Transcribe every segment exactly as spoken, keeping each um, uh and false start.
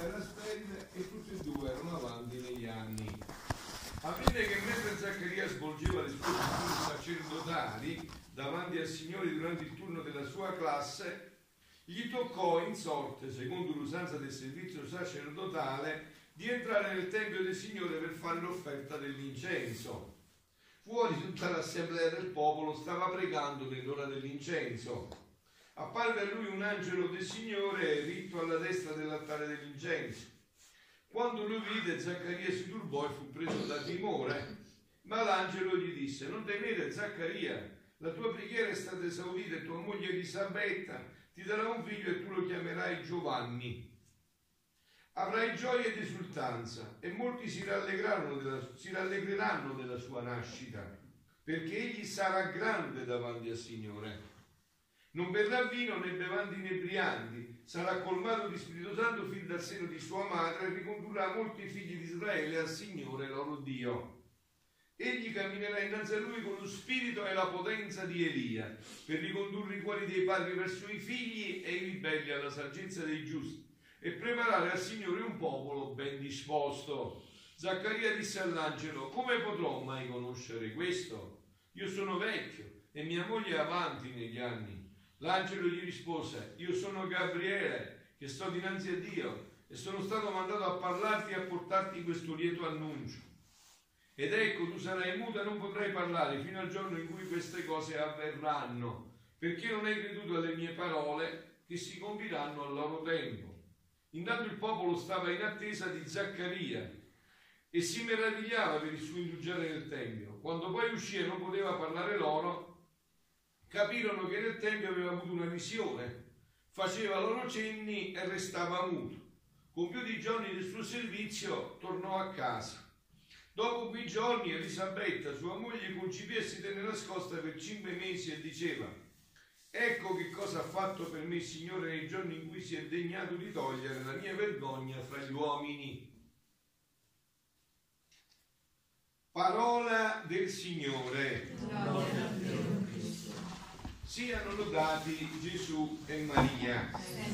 era sterile e tutti e due erano avanti negli anni. Avvenne che mentre Zaccaria svolgeva le sue funzioni sacerdotali davanti al Signore durante il turno della sua classe, gli toccò in sorte, secondo l'usanza del servizio sacerdotale, di entrare nel Tempio del Signore per fare l'offerta dell'incenso. Fuori tutta l'assemblea del popolo stava pregando nell'ora dell'incenso. Apparve a lui un angelo del Signore ritto alla destra dell'altare dell'incenso. Quando lo vide, Zaccaria si turbò e fu preso da timore. Ma l'angelo gli disse: non temere, Zaccaria, la tua preghiera è stata esaudita e tua moglie Elisabetta ti darà un figlio e tu lo chiamerai Giovanni. Avrai gioia ed esultanza e molti si rallegreranno della, si rallegreranno della sua nascita, perché egli sarà grande davanti al Signore. Non berrà vino né bevande inebrianti, sarà colmato di Spirito Santo fin dal seno di sua madre e ricondurrà molti figli di Israele al Signore loro Dio. Egli camminerà innanzi a lui con lo spirito e la potenza di Elia, per ricondurre i cuori dei padri verso i figli e i ribelli alla saggezza dei giusti, e preparare al Signore un popolo ben disposto. Zaccaria disse all'angelo: come potrò mai conoscere questo? Io sono vecchio e mia moglie è avanti negli anni. L'angelo gli rispose: io sono Gabriele, che sto dinanzi a Dio, e sono stato mandato a parlarti e a portarti questo lieto annuncio. Ed ecco, tu sarai muta e non potrai parlare fino al giorno in cui queste cose avverranno, perché non hai creduto alle mie parole, che si compiranno al loro tempo. Intanto il popolo stava in attesa di Zaccaria e si meravigliava per il suo indugiare nel Tempio. Quando poi uscì e non poteva parlare loro, capirono che nel Tempio aveva avuto una visione, faceva loro cenni e restava muto. Compiuti i giorni del suo servizio, tornò a casa. Dopo quei giorni Elisabetta, sua moglie, concepì e si tenne nascosta per cinque mesi e diceva: ecco che cosa ha fatto per me il Signore nei giorni in cui si è degnato di togliere la mia vergogna fra gli uomini. Parola del Signore. Siano lodati Gesù e Maria.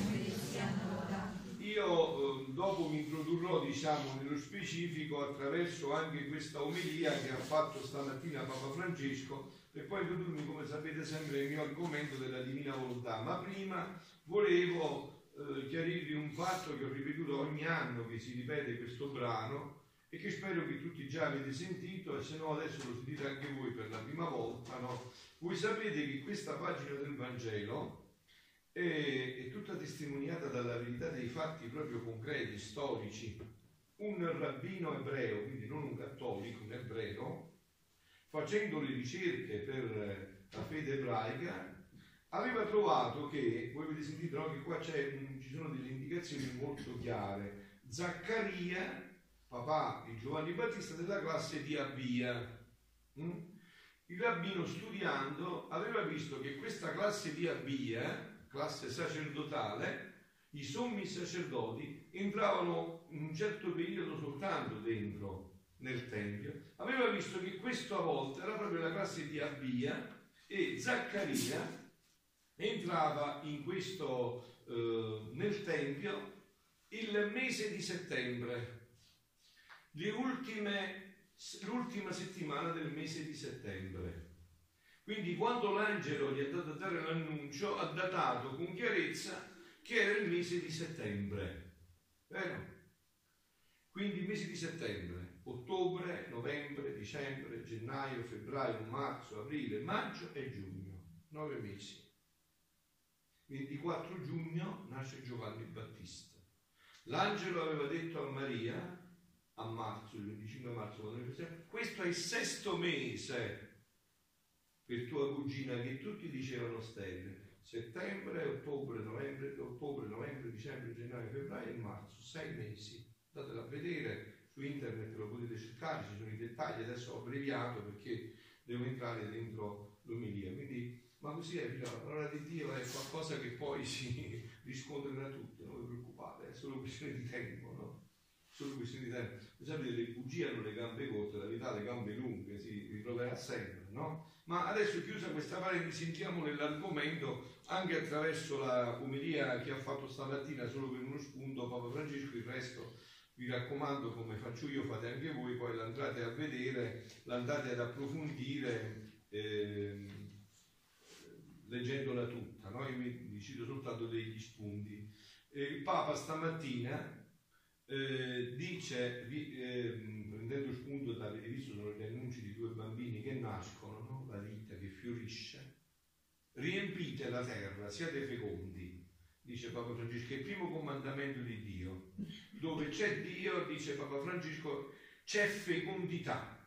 Io eh, dopo mi introdurrò, diciamo, nello specifico attraverso anche questa omelia che ha fatto stamattina Papa Francesco, per poi introdurmi, come sapete sempre, il mio argomento della Divina Volontà. Ma prima volevo eh, chiarirvi un fatto che ho ripetuto ogni anno, che si ripete questo brano e che spero che tutti già avete sentito, e se no adesso lo sentite anche voi per la prima volta, no? Voi sapete che questa pagina del Vangelo è, è tutta testimoniata dalla verità dei fatti proprio concreti, storici. Un rabbino ebreo, quindi non un cattolico, un ebreo, facendo le ricerche per la fede ebraica, aveva trovato che, voi avete sentito, no, che qua c'è, ci sono delle indicazioni molto chiare. Zaccaria, papà di Giovanni Battista, della classe di Abia. Mm? Il rabbino, studiando, aveva visto che questa classe di Abia, classe sacerdotale, i sommi sacerdoti entravano in un certo periodo soltanto dentro nel Tempio. Aveva visto che questa volta era proprio la classe di Abia e Zaccaria entrava in questo eh, nel Tempio il mese di settembre, le ultime, l'ultima settimana del mese di settembre. Quindi quando l'angelo gli è andato a dare l'annuncio, ha datato con chiarezza che era il mese di settembre, vero? Quindi il mese di settembre, ottobre, novembre, dicembre, gennaio, febbraio, marzo, aprile, maggio e giugno, nove mesi. ventiquattro giugno nasce Giovanni Battista. L'angelo aveva detto a Maria, a marzo, il venticinque marzo, questo è il sesto mese per tua cugina, che tutti dicevano sterile. Settembre, ottobre, novembre, ottobre, novembre, dicembre, gennaio, febbraio e marzo, sei mesi. Andatelo a vedere su internet, lo potete cercare, ci sono i dettagli. Adesso ho abbreviato perché devo entrare dentro l'omelia. Quindi, ma così è, la parola di Dio è qualcosa che poi si riscontra da tutti, non vi preoccupate, è solo questione di tempo, no? Solo questione di tempo. Sapete, le bugie hanno le gambe corte, la verità le gambe lunghe, si ritroverà sempre, no? Ma adesso, chiusa questa parentesi, entriamo nell'argomento anche attraverso la omelia che ha fatto stamattina, solo per uno spunto, Papa Francesco. Il resto vi raccomando, come faccio io, fate anche voi, poi l'andate a vedere, l'andate ad approfondire eh, leggendola tutta, no? Io vi cito soltanto degli spunti. Eh, il Papa stamattina eh, dice, vi, eh, prendendo spunto da, avete visto, sono gli annunci di due bambini che nascono, no? La vita che fiorisce, riempite la terra, siate fecondi, dice Papa Francesco, è il primo comandamento di Dio. Dove c'è Dio, dice Papa Francesco, c'è fecondità.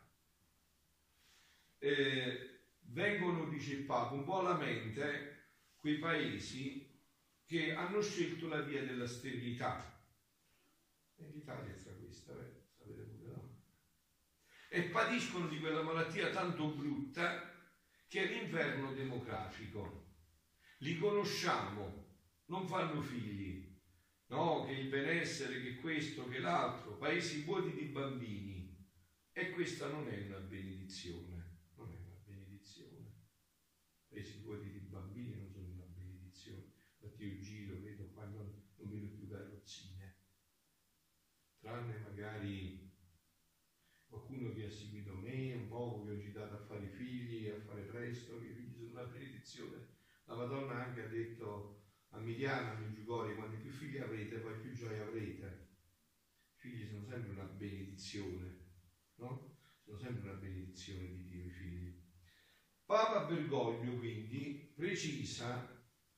Eh, vengono, dice il Papa, un po' alla mente quei paesi che hanno scelto la via della sterilità. E l'Italia è tra questa, eh? Sapete pure, no? E patiscono di quella malattia tanto brutta che è l'inverno demografico. Li conosciamo, non fanno figli, no? Che il benessere, che questo, che l'altro, paesi vuoti di bambini. E questa non è una benedizione, non è una benedizione. Paesi vuoti di bambini non sono una benedizione. Infatti io giro, vedo qua, non, non vedo più carrozzine, tranne magari qualcuno che ha seguito me un po', che ho agitato a fare i figli, a fare presto, che i figli sono una benedizione. La Madonna anche ha detto a Miliana, a Meggiugorie, quanti più figli avrete, poi più gioia avrete. I figli sono sempre una benedizione, no? Sono sempre una benedizione di Dio, i figli. Papa Bergoglio quindi precisa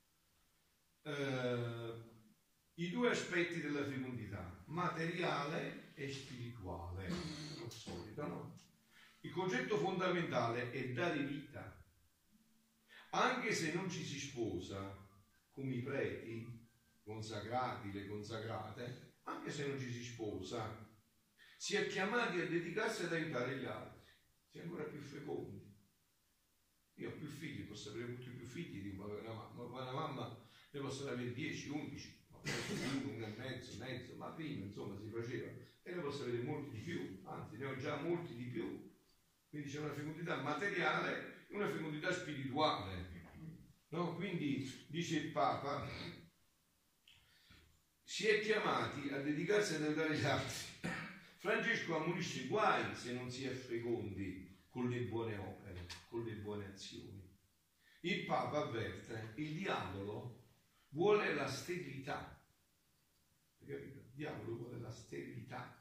eh, i due aspetti della fecondità, materiale e spirituale, al solito, no? Il concetto fondamentale è dare vita. Anche se non ci si sposa, come i preti, consacrati, le consacrate, anche se non ci si sposa, si è chiamati a dedicarsi ad aiutare gli altri, si è ancora più fecondi. Io ho più figli, posso avere molti più figli di una mamma, ma una mamma ne possono avere dieci, undici, uno e mezzo, mezzo, ma prima insomma si faceva, e ne posso avere molti di più, anzi ne ho già molti di più. Quindi c'è una fecondità materiale e una fecondità spirituale, no? Quindi dice il Papa, si è chiamati a dedicarsi ad aiutare gli altri. Francesco ammonisce guai se non si è fecondi con le buone opere, con le buone azioni. Il Papa avverte, il diavolo vuole la sterilità, capito? Il diavolo vuole la sterilità.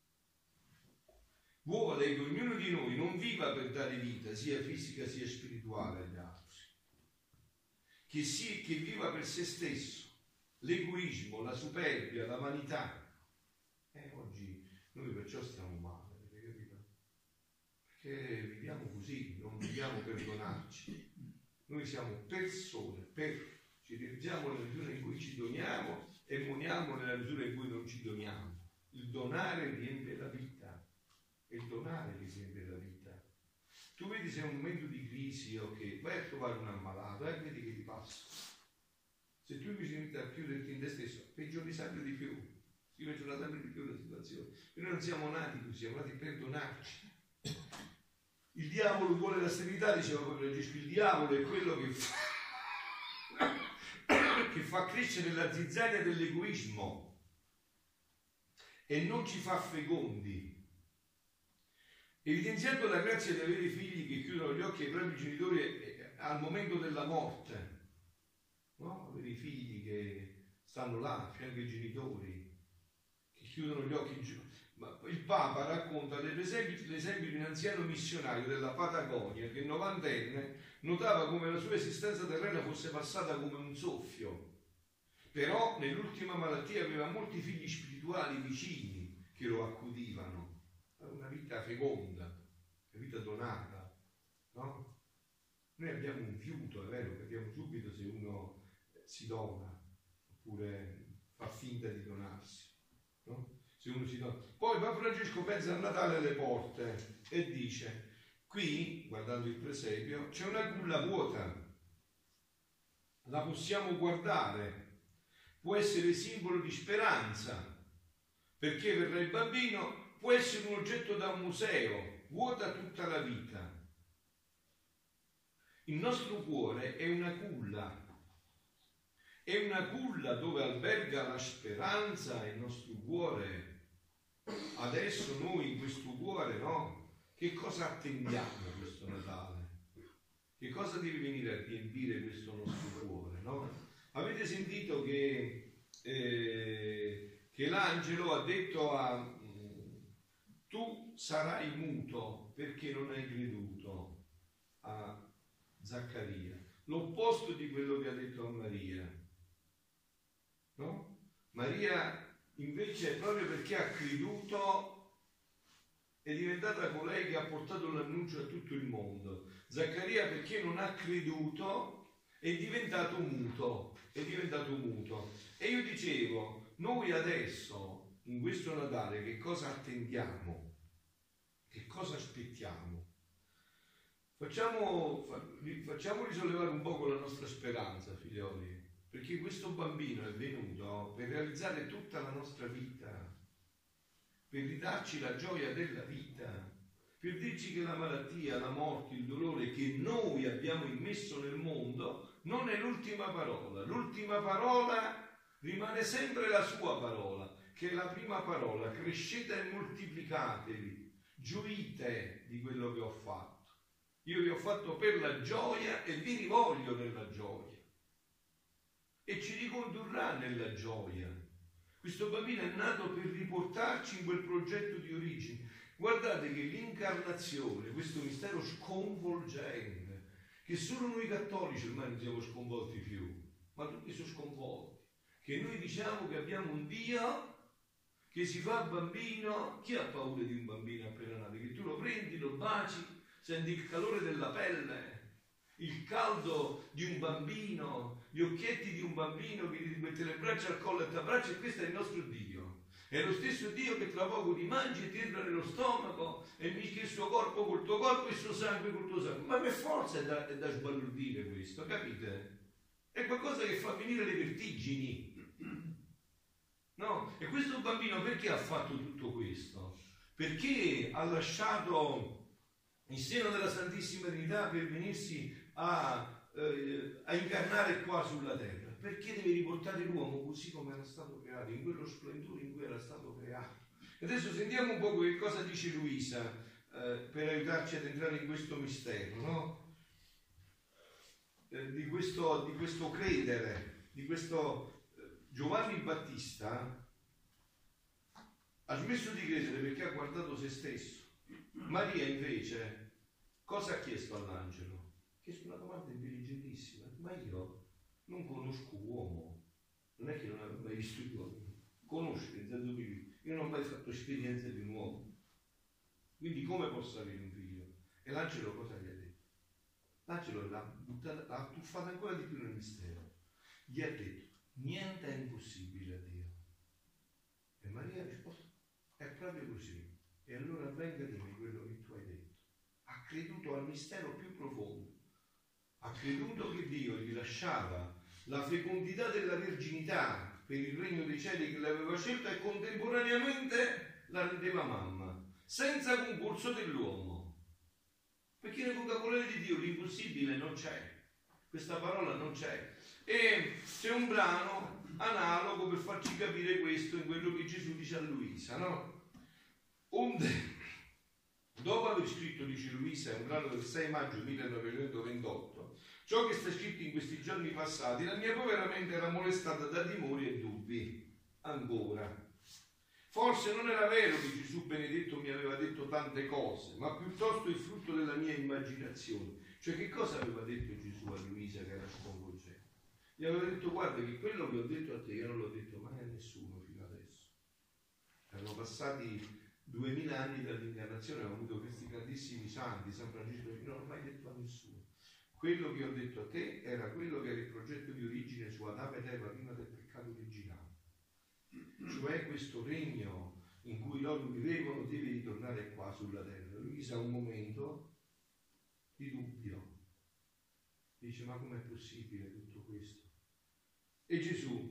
Vuole che ognuno di noi non viva per dare vita, sia fisica sia spirituale, agli altri. Che, si, che viva per se stesso, l'egoismo, la superbia, la vanità. E oggi noi perciò stiamo male, avete capito? Perché viviamo così, non viviamo per donarci. Noi siamo persone, per, ci realizziamo nella misura in cui ci doniamo e moniamo nella misura in cui non ci doniamo. Il donare riempie la vita. E il donare riempie la vita. Tu vedi se è un momento di crisi o okay, che vai a trovare un ammalato e eh, vedi che ti passa. Se tu invece inizi a chiuderti in te stesso, peggiori sempre di più, si peggiora sempre di più la situazione. E noi non siamo nati così, siamo nati per donarci. Il diavolo vuole la sterilità, diceva proprio Francesco, il diavolo è quello che fa, che fa crescere la zizzania dell'egoismo e non ci fa fecondi. Evidenziando la grazia di avere figli che chiudono gli occhi ai propri genitori al momento della morte, no? Avere i figli che stanno là, a fianco ai genitori, che chiudono gli occhi. Ma il Papa racconta l'esempio, l'esempio di un anziano missionario della Patagonia che novantenne notava come la sua esistenza terrena fosse passata come un soffio, però nell'ultima malattia aveva molti figli spirituali vicini che lo accudivano. Una vita feconda, una vita donata, no? Noi abbiamo un fiuto, è vero, capiamo subito se uno si dona oppure fa finta di donarsi, no? Se uno si dona. Poi Papa Francesco pensa a Natale alle porte e dice, qui, guardando il presepio, c'è una culla vuota, la possiamo guardare, può essere simbolo di speranza, perché verrà il bambino, può essere un oggetto da un museo, vuota tutta la vita. Il nostro cuore è una culla è una culla dove alberga la speranza il nostro cuore. Adesso noi in questo cuore, no? Che cosa attendiamo questo Natale? Che cosa deve venire a riempire questo nostro cuore, no? Avete sentito che, eh, che l'angelo ha detto a tu sarai muto perché non hai creduto, a Zaccaria, l'opposto di quello che ha detto a Maria, no? Maria invece, proprio perché ha creduto, è diventata colei che ha portato l'annuncio a tutto il mondo. Zaccaria, perché non ha creduto, è diventato muto, è diventato muto. E io dicevo, noi adesso in questo Natale che cosa attendiamo? Che cosa aspettiamo? Facciamo, facciamo risollevare un po' la nostra speranza, figlioli, perché questo bambino è venuto per realizzare tutta la nostra vita, per ridarci la gioia della vita, per dirci che la malattia, la morte, il dolore che noi abbiamo immesso nel mondo non è l'ultima parola. L'ultima parola rimane sempre la sua parola, che è la prima parola: crescete e moltiplicatevi, gioite di quello che ho fatto. Io vi ho fatto per la gioia e vi rivoglio nella gioia e ci ricondurrà nella gioia. Questo bambino è nato per riportarci in quel progetto di origine. Guardate che l'incarnazione, questo mistero sconvolgente, che solo noi cattolici ormai non siamo sconvolti più, ma tutti sono sconvolti, che noi diciamo che abbiamo un Dio che si fa bambino. Chi ha paura di un bambino appena nato? Che tu lo prendi, lo baci, senti il calore della pelle, il caldo di un bambino, gli occhietti di un bambino che ti mette le braccia al collo e ti abbraccia, e questo è il nostro Dio. È lo stesso Dio che tra poco ti mangi e ti entra nello stomaco e mischi il suo corpo col tuo corpo e il suo sangue col tuo sangue. Ma per forza è da, è da sbalordire questo, capite? È qualcosa che fa venire le vertigini. No? E questo bambino perché ha fatto tutto questo? Perché ha lasciato il seno della Santissima Trinità per venirsi a, eh, a incarnare qua sulla terra? Perché deve riportare l'uomo così come era stato creato, in quello splendore in cui era stato creato. E adesso sentiamo un po' che cosa dice Luisa eh, per aiutarci ad entrare in questo mistero, no? Eh, di, questo, di questo credere, di questo... Giovanni Battista ha smesso di credere perché ha guardato se stesso. Maria invece cosa ha chiesto all'angelo? Ha chiesto una domanda intelligentissima: ma io non conosco uomo. Non è che non avevo mai visto gli uomini, conoscere in senso biblico. Io non ho mai fatto esperienza di un uomo, quindi come posso avere un figlio? E l'angelo cosa gli ha detto? L'angelo l'ha buttata, l'ha tuffata ancora di più nel mistero. Gli ha detto: niente è impossibile a Dio. E Maria ha risposto: è proprio così. E allora avvenga di me quello che tu hai detto. Ha creduto al mistero più profondo. Ha creduto che Dio gli lasciava la fecondità della verginità per il regno dei cieli che l'aveva scelta e contemporaneamente la rendeva mamma, senza concorso dell'uomo. Perché nel vocabolario di Dio l'impossibile non c'è. Questa parola non c'è. E c'è un brano analogo per farci capire questo in quello che Gesù dice a Luisa, no? Onde, dopo aver scritto, dice Luisa, è un brano del sei maggio millenovecentoventotto, ciò che sta scritto in questi giorni passati, la mia povera mente era molestata da timori e dubbi. Ancora. Forse non era vero che Gesù benedetto mi aveva detto tante cose, ma piuttosto il frutto della mia immaginazione. Cioè, che cosa aveva detto Gesù a Luisa che era sconvolgente? Gli aveva detto: guarda che quello che ho detto a te io non l'ho detto mai a nessuno fino adesso. Erano passati duemila anni dall'incarnazione, ho avuto questi grandissimi santi, San Francesco, non l'ho mai detto a nessuno. Quello che ho detto a te era quello che era il progetto di origine su Adamo ed Eva prima del peccato originale. Cioè questo regno in cui loro vivevano deve ritornare qua sulla terra. Luisa ha un momento di dubbio. Dice: ma com'è possibile tutto questo? E Gesù,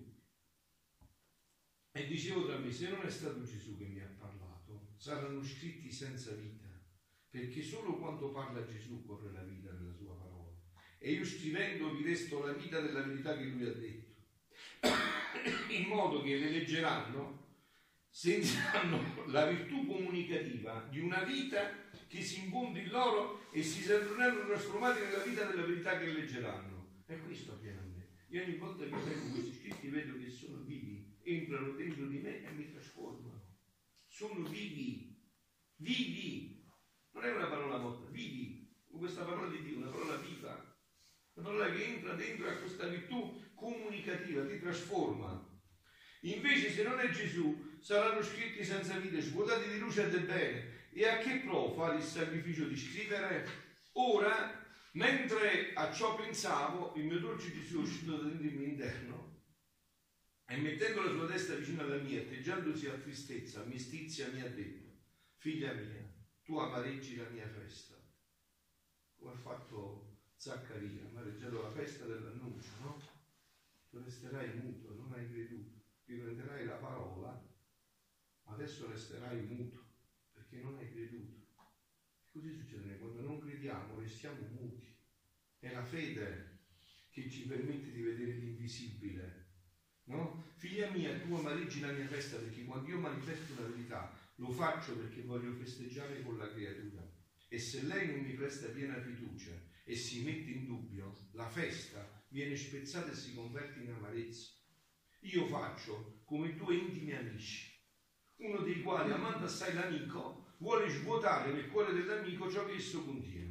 e dicevo tra me, se non è stato Gesù che mi ha parlato, saranno scritti senza vita, perché solo quando parla Gesù corre la vita nella sua parola. E io scrivendo vi resto la vita della verità che lui ha detto. in modo che le leggeranno, sentiranno la virtù comunicativa di una vita che si imponde in loro e si saranno trasformati nella vita della verità che leggeranno. E questo avviene a me. Io ogni volta che leggo questi scritti vedo che sono vivi, entrano dentro di me e mi trasformano. Sono vivi, vivi. Non è una parola morta, vivi. Con questa parola di Dio, una parola viva. Una parola che entra dentro a questa virtù comunicativa, ti trasforma. Invece se non è Gesù, saranno scritti senza vita, svuotati di luce e del bene. E a che pro fare il sacrificio di scrivere? Ora, mentre a ciò pensavo, il mio dolce Gesù è uscito da dentro il mio interno e mettendo la sua testa vicino alla mia, atteggiandosi a tristezza, a mestizia, mi ha detto: figlia mia, tu amareggi la mia festa. Come ha fatto Zaccaria, amareggiato la festa dell'annuncio, no? Tu resterai muto, non hai creduto, riprenderai la parola, ma adesso resterai muto perché non hai creduto. E così succede quando non crediamo, restiamo muti. È la fede che ci permette di vedere l'invisibile, no? Figlia mia, tu amareggi la mia festa perché quando io manifesto una verità lo faccio perché voglio festeggiare con la creatura. E se lei non mi presta piena fiducia e si mette in dubbio, la festa viene spezzata e si converte in amarezza. Io faccio come due intimi amici, uno dei quali, amando assai l'amico, vuole svuotare nel cuore dell'amico ciò che esso contiene.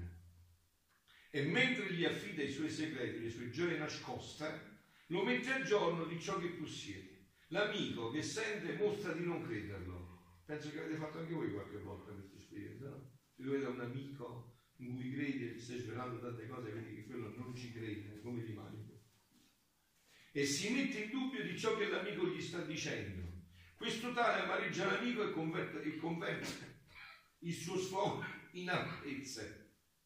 E mentre gli affida i suoi segreti, le sue gioie nascoste, lo mette a giorno di ciò che possiede. L'amico che sente mostra di non crederlo. Penso che avete fatto anche voi qualche volta questa esperienza, no? Se tu vedi un amico in cui credi e ti stai svelando tante cose, vedi che quello non ci crede, come rimane? E si mette in dubbio di ciò che l'amico gli sta dicendo. Questo tale amareggia l'amico e converte, e converte il suo sfogo in amarezze.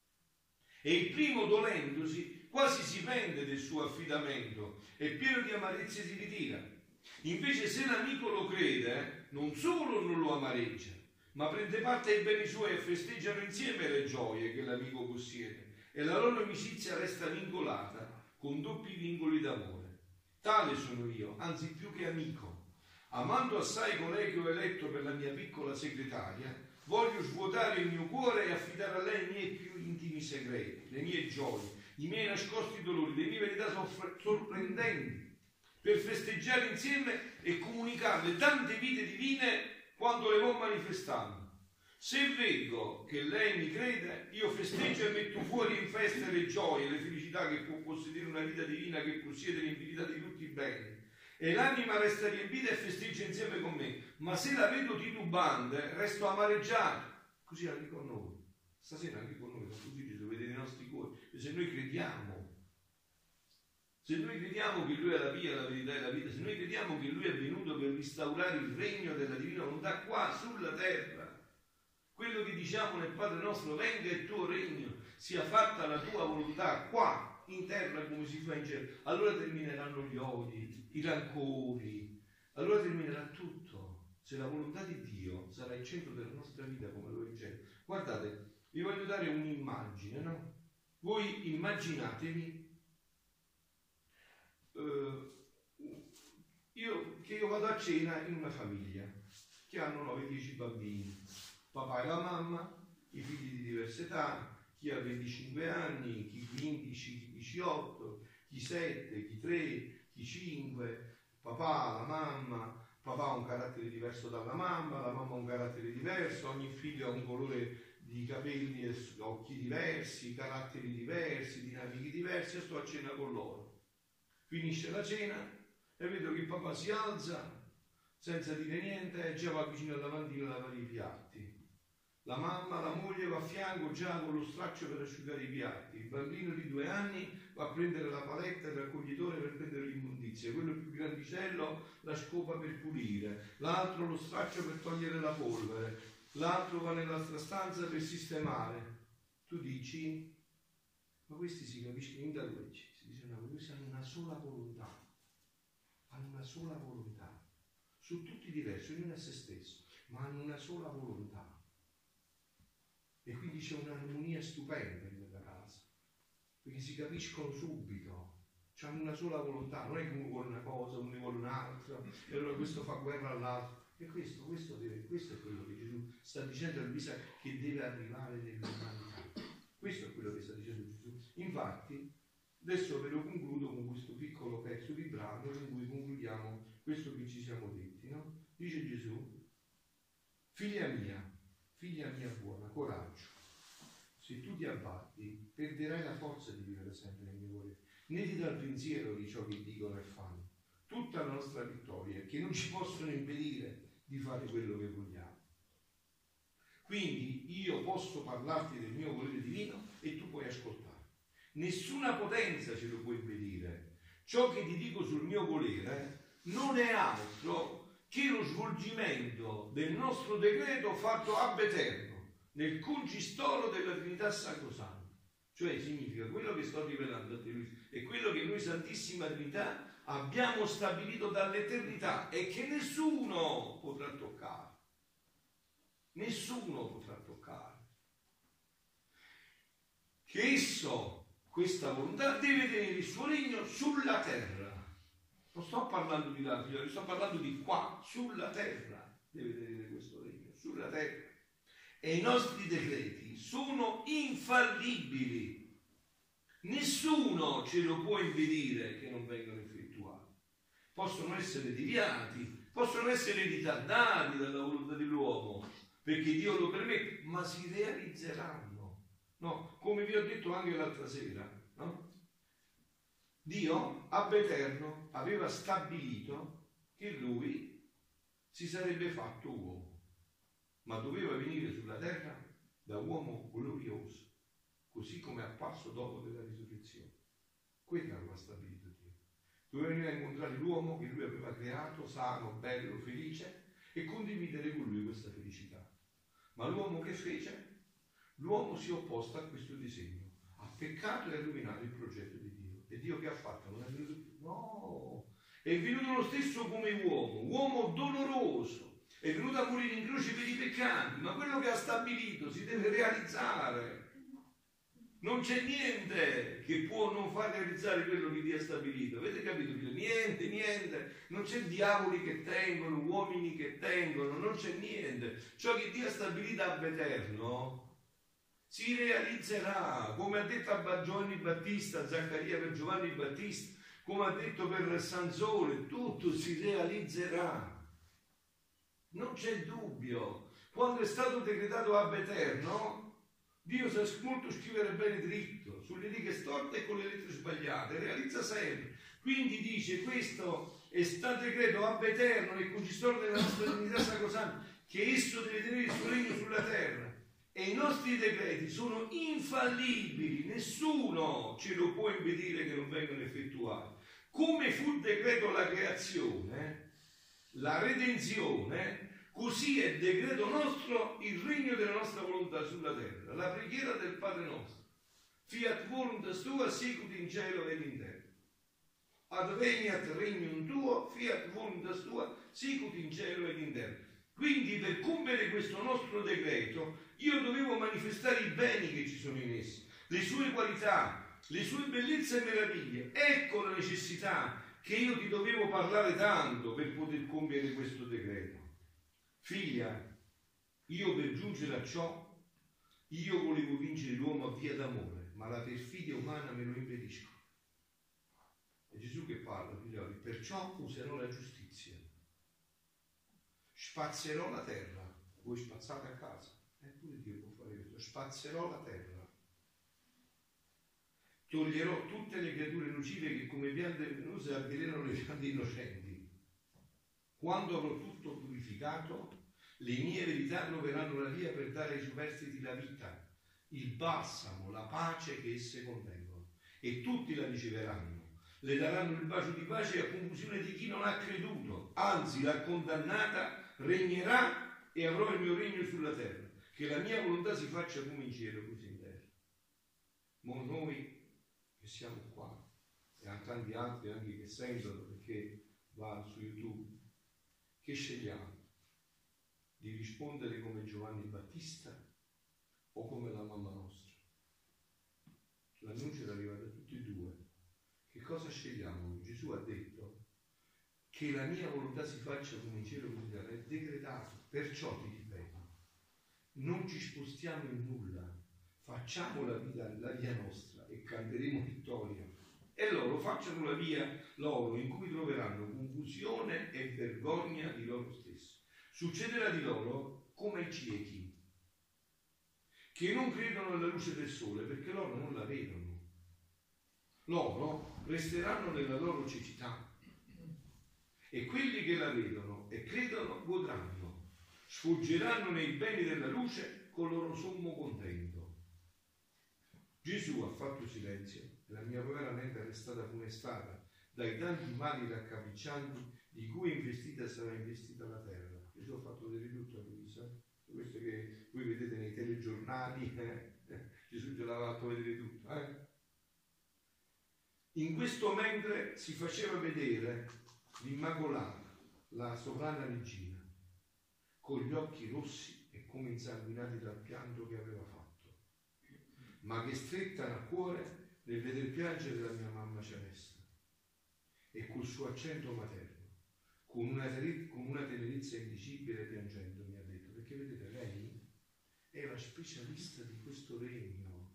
E il primo, dolendosi, quasi si pente del suo affidamento e pieno di amarezze si ritira. Invece se l'amico lo crede, non solo non lo amareggia, ma prende parte ai beni suoi e festeggiano insieme le gioie che l'amico possiede, e la loro amicizia resta vincolata con doppi vincoli d'amore. Tale sono io, anzi più che amico. Amando assai colei che ho eletto per la mia piccola segretaria, voglio svuotare il mio cuore e affidare a lei i miei più intimi segreti, le mie gioie, i miei nascosti dolori, le mie verità sorprendenti, per festeggiare insieme e comunicarle tante vite divine quanto le vo manifestando. Se vedo che lei mi crede, io festeggio e metto fuori in festa le gioie, le felicità che può possedere una vita divina che possiede l'infinità di tutti i beni. E l'anima resta riempita e festeggia insieme con me. Ma se la vedo titubante, resto amareggiato. Così anche con noi. Stasera anche con noi, così ci vedete i nostri cuori. E se noi crediamo, se noi crediamo che Lui è la via, la verità e la vita, se noi crediamo che Lui è venuto per instaurare il regno della divina volontà qua sulla terra, quello che diciamo nel Padre nostro: venga il tuo regno, sia fatta la tua volontà qua in terra come si fa in cielo, allora termineranno gli odi, i rancori, allora terminerà tutto. Se la volontà di Dio sarà il centro della nostra vita come lo è in cielo. Guardate, vi voglio dare un'immagine, no? Voi immaginatevi uh, io che io vado a cena in una famiglia che hanno nove dieci bambini, papà e la mamma, i figli di diverse età, chi ha venticinque anni, chi quindici, chi diciotto, chi sette, chi tre, chi cinque, papà, la mamma, papà ha un carattere diverso dalla mamma, la mamma ha un carattere diverso, ogni figlio ha un colore di capelli e occhi diversi, caratteri diversi, dinamiche diverse, e sto a cena con loro. Finisce la cena e vedo che il papà si alza senza dire niente e già va vicino al lavandino a lavare i piatti. La mamma, la moglie va a fianco già con lo straccio per asciugare i piatti. Il bambino di due anni va a prendere la paletta e il raccoglitore per prendere l'immondizia. Quello più grandicello la scopa per pulire. L'altro lo straccio per togliere la polvere. L'altro va nell'altra stanza per sistemare. Tu dici, ma questi si capiscono in da dove ci? Si dice, no, questi hanno una sola volontà. Hanno una sola volontà. Sono tutti diversi, ognuno è se stesso, ma hanno una sola volontà. E quindi c'è un'armonia stupenda in quella casa, perché si capiscono subito, hanno una sola volontà, non è che uno vuole una cosa, uno ne vuole un'altra, e allora questo fa guerra all'altro. E questo, questo, deve, questo è quello che Gesù sta dicendo a Luisa che deve arrivare nell'umanità. Questo è quello che sta dicendo Gesù. Infatti, adesso ve lo concludo con questo piccolo pezzo di brano in cui concludiamo questo che ci siamo detti, no? Dice Gesù: figlia mia, figlia mia buona, coraggio. Se tu ti abbatti, perderai la forza di vivere sempre nel mio volere, né ti dà il pensiero di ciò che dicono e fanno. Tutta la nostra vittoria è che non ci possono impedire di fare quello che vogliamo. Quindi io posso parlarti del mio volere divino e tu puoi ascoltare. Nessuna potenza ce lo può impedire. Ciò che ti dico sul mio volere non è altro che lo svolgimento del nostro decreto fatto ab eterno nel concistoro della Trinità Sacrosanta. Cioè significa quello che sto rivelando a te, Luisa, è quello che noi Santissima Trinità abbiamo stabilito dall'eternità e che nessuno potrà toccare. Nessuno potrà toccare. Che esso, questa volontà, deve tenere il suo regno sulla terra. Non sto parlando di là, figlioli, sto parlando di qua, sulla terra. Deve tenere questo regno, sulla terra. E i nostri decreti sono infallibili. Nessuno ce lo può impedire che non vengano effettuati. Possono essere deviati, possono essere ritardati dalla volontà dell'uomo, perché Dio lo permette, ma si realizzeranno. No? Come vi ho detto anche l'altra sera, no? Dio, ab eterno, aveva stabilito che lui si sarebbe fatto uomo, ma doveva venire sulla terra da uomo glorioso, così come è apparso dopo della risurrezione. Quello aveva stabilito Dio. Doveva venire a incontrare l'uomo che lui aveva creato, sano, bello, felice, e condividere con lui questa felicità. Ma l'uomo che fece? L'uomo si è opposto a questo disegno, ha peccato e ha rovinato il progetto di Dio. E Dio che ha fatto? Non è venuto più? No! È venuto lo stesso come uomo, uomo doloroso, è venuto a morire in croce per i peccati, ma quello che ha stabilito si deve realizzare. Non c'è niente che può non far realizzare quello che Dio ha stabilito. Avete capito? Niente, niente. Non c'è diavoli che tengono, uomini che tengono, non c'è niente. Ciò che Dio ha stabilito ab eterno si realizzerà, come ha detto a Giovanni Battista, Zaccaria per Giovanni Battista, come ha detto per Sansone, tutto si realizzerà. Non c'è dubbio. Quando è stato decretato ab eterno, Dio sa molto scrivere bene dritto, sulle righe storte e con le lettere sbagliate, realizza sempre. Quindi dice, questo è stato decreto ab eterno nel concistoro della nostra divinità sacrosanta, che esso deve tenere il suo regno sulla terra. E i nostri decreti sono infallibili, nessuno ce lo può impedire che non vengano effettuati. Come fu decreto la creazione, la redenzione, così è decreto nostro il regno della nostra volontà sulla terra, la preghiera del Padre nostro. Fiat voluntas tua sicut in cielo ed in terra. Adveniat regnum tuo, fiat voluntas tua sicut in cielo ed in terra. Quindi per compiere questo nostro decreto io dovevo manifestare i beni che ci sono in essi, le sue qualità, le sue bellezze e meraviglie. Ecco la necessità che io ti dovevo parlare tanto per poter compiere questo decreto. Figlia, io per giungere a ciò, io volevo vincere l'uomo a via d'amore, ma la perfidia umana me lo impedisce. È Gesù che parla, figlioli, perciò userò la giustizia, spazzerò la terra. Voi spazzate a casa, eppure Dio può fare questo, spazzerò la terra, toglierò tutte le creature nocive che come piante velenose avvelenano le piante innocenti. Quando avrò tutto purificato, le mie verità troveranno la via per dare ai superstiti la vita, il balsamo, la pace che esse contengono, e tutti la riceveranno. Le daranno il bacio di pace a confusione di chi non ha creduto, anzi la condannata regnerà e avrò il mio regno sulla terra, che la mia volontà si faccia come in cielo così in terra. Ma noi che siamo qua, e anche tanti altri anche che sentono perché va su YouTube, che scegliamo? Di rispondere come Giovanni Battista o come la mamma nostra? L'annuncio era arrivato a tutti e due, che che cosa scegliamo? Gesù ha detto che la mia volontà si faccia come in cielo come in terra, è decretato, perciò ti ripeto, non ci spostiamo in nulla, facciamo la vita, la via nostra e canteremo vittoria. E loro facciano la via loro, in cui troveranno confusione e vergogna di loro stessi. Succederà di loro come ai ciechi, che non credono alla luce del sole perché loro non la vedono. Loro resteranno nella loro cecità. E quelli che la vedono e credono godranno, sfuggeranno nei beni della luce con loro sommo contento. Gesù ha fatto silenzio e la mia povera mente è restata funestata dai tanti mali raccapriccianti di cui investita sarà investita la terra. Gesù ha fatto vedere tutto a Luisa, questo che voi vedete nei telegiornali, eh? Gesù ce l'ha fatto vedere tutto. Eh? In questo mentre si faceva vedere l'Immacolata, la sovrana regina, con gli occhi rossi e come insanguinati dal pianto che aveva fatto, ma che strettano a cuore nel vedere piangere la mia mamma celeste, e col suo accento materno, con una, con una tenerezza indicibile piangendo, mi ha detto, perché vedete, lei è la specialista di questo regno,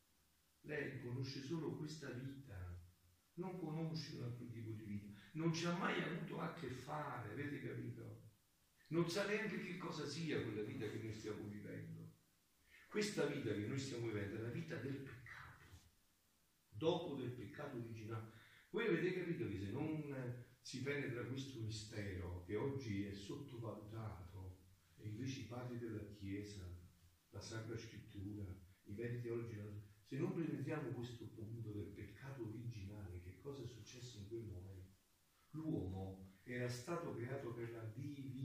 lei conosce solo questa vita, non conosce un altro tipo di vita, non ci ha mai avuto a che fare, avete capito? Non sa neanche che cosa sia quella vita che noi stiamo vivendo. Questa vita che noi stiamo vivendo è la vita del peccato, dopo del peccato originale. Voi avete capito che se non si penetra questo mistero che oggi è sottovalutato, e invece i padri della Chiesa, la Sacra Scrittura, i veri teologi, se non penetriamo questo punto del peccato originale, che cosa è successo in quel momento? L'uomo era stato creato per la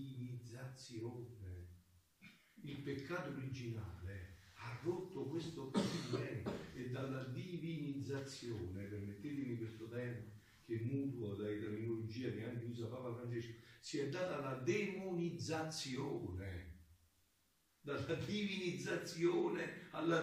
divinizzazione. Il peccato originale ha rotto questo procedimento e dalla divinizzazione, permettetemi questo termine che è mutuo dalla terminologia che anche usa Papa Francesco, si è data la demonizzazione. Dalla divinizzazione alla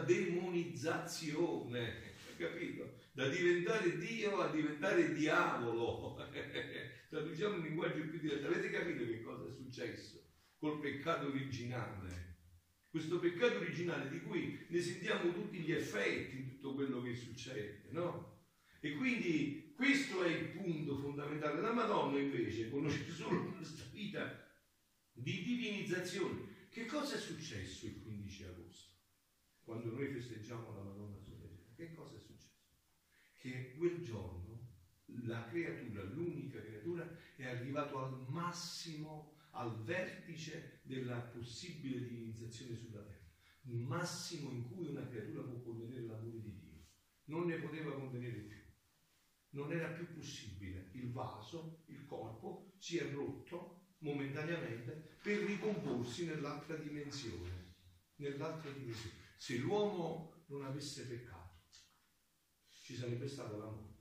demonizzazione, capito? Da diventare Dio a diventare diavolo. Traduciamo in linguaggio più diretto. Avete capito che cosa è successo col peccato originale? Questo peccato originale di cui ne sentiamo tutti gli effetti in tutto quello che succede, no? E quindi questo è il punto fondamentale. La Madonna invece conosce solo questa vita di divinizzazione. Che cosa è successo il quindici agosto, quando noi festeggiamo la Madonna Sole? Che cosa è successo? Che quel giorno la creatura, l'unica creatura, è arrivato al massimo, al vertice della possibile divinizzazione sulla terra, il massimo in cui una creatura può contenere l'amore di Dio. Non ne poteva contenere più, non era più possibile. Il vaso, il corpo, si è rotto momentaneamente per ricomporsi nell'altra dimensione, nell'altra dimensione. Se l'uomo non avesse peccato, ci sarebbe stata la morte?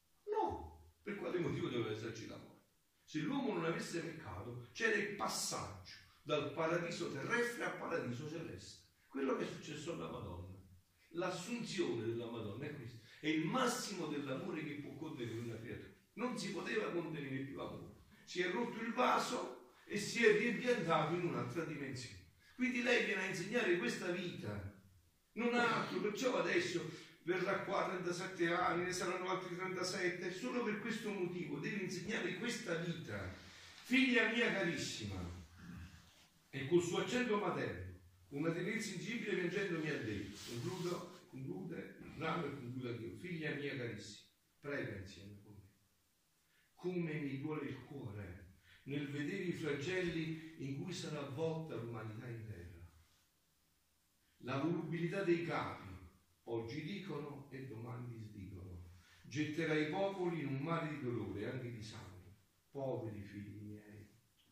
No, per quale motivo doveva esserci la morte? Se l'uomo non avesse peccato, c'era il passaggio dal paradiso terrestre al paradiso celeste. Quello che è successo alla Madonna, l'assunzione della Madonna è questo, è il massimo dell'amore che può contenere una creatura. Non si poteva contenere più amore. Si è rotto il vaso e si è riambientato in un'altra dimensione. Quindi lei viene a insegnare questa vita, non altro. Perciò adesso verrà qua trentasette anni, ne saranno altri trentasette, solo per questo motivo deve insegnare questa vita. Figlia mia carissima, e col suo accento materno, una tenerezza insensibile piangendo mi ha detto, concludo, conclude, bravo e concludo anch'io, figlia mia carissima, prega insieme con me. Come mi duole il cuore nel vedere i flagelli in cui sarà avvolta l'umanità intera. La volubilità dei capi, oggi dicono e domani disdicono, getterà i popoli in un mare di dolore, anche di sangue. Poveri figli miei,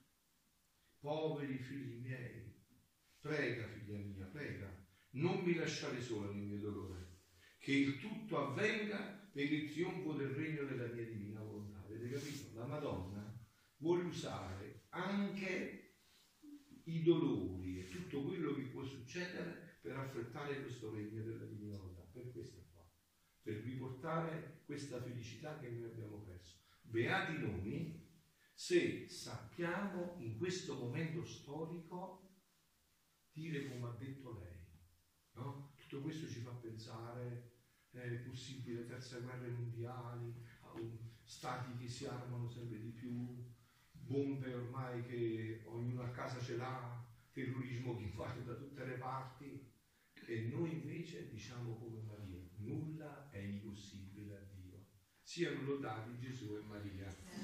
poveri figli miei, prega figlia mia, prega, non mi lasciare sola nel mio dolore, che il tutto avvenga per il trionfo del regno della mia divina volontà. Avete capito? La Madonna vuole usare anche i dolori e tutto quello che può succedere per affrettare questo regno della divina volontà. Per questo qua per riportare questa felicità che noi abbiamo perso. Beati noi se sappiamo in questo momento storico dire come ha detto lei, no? Tutto questo ci fa pensare è possibile terze guerre mondiali, stati che si armano sempre di più, bombe ormai che ognuno a casa ce l'ha, terrorismo che invade da tutte le parti, e noi invece diciamo come Maria: nulla è impossibile a Dio. Siano lodati Gesù e Maria.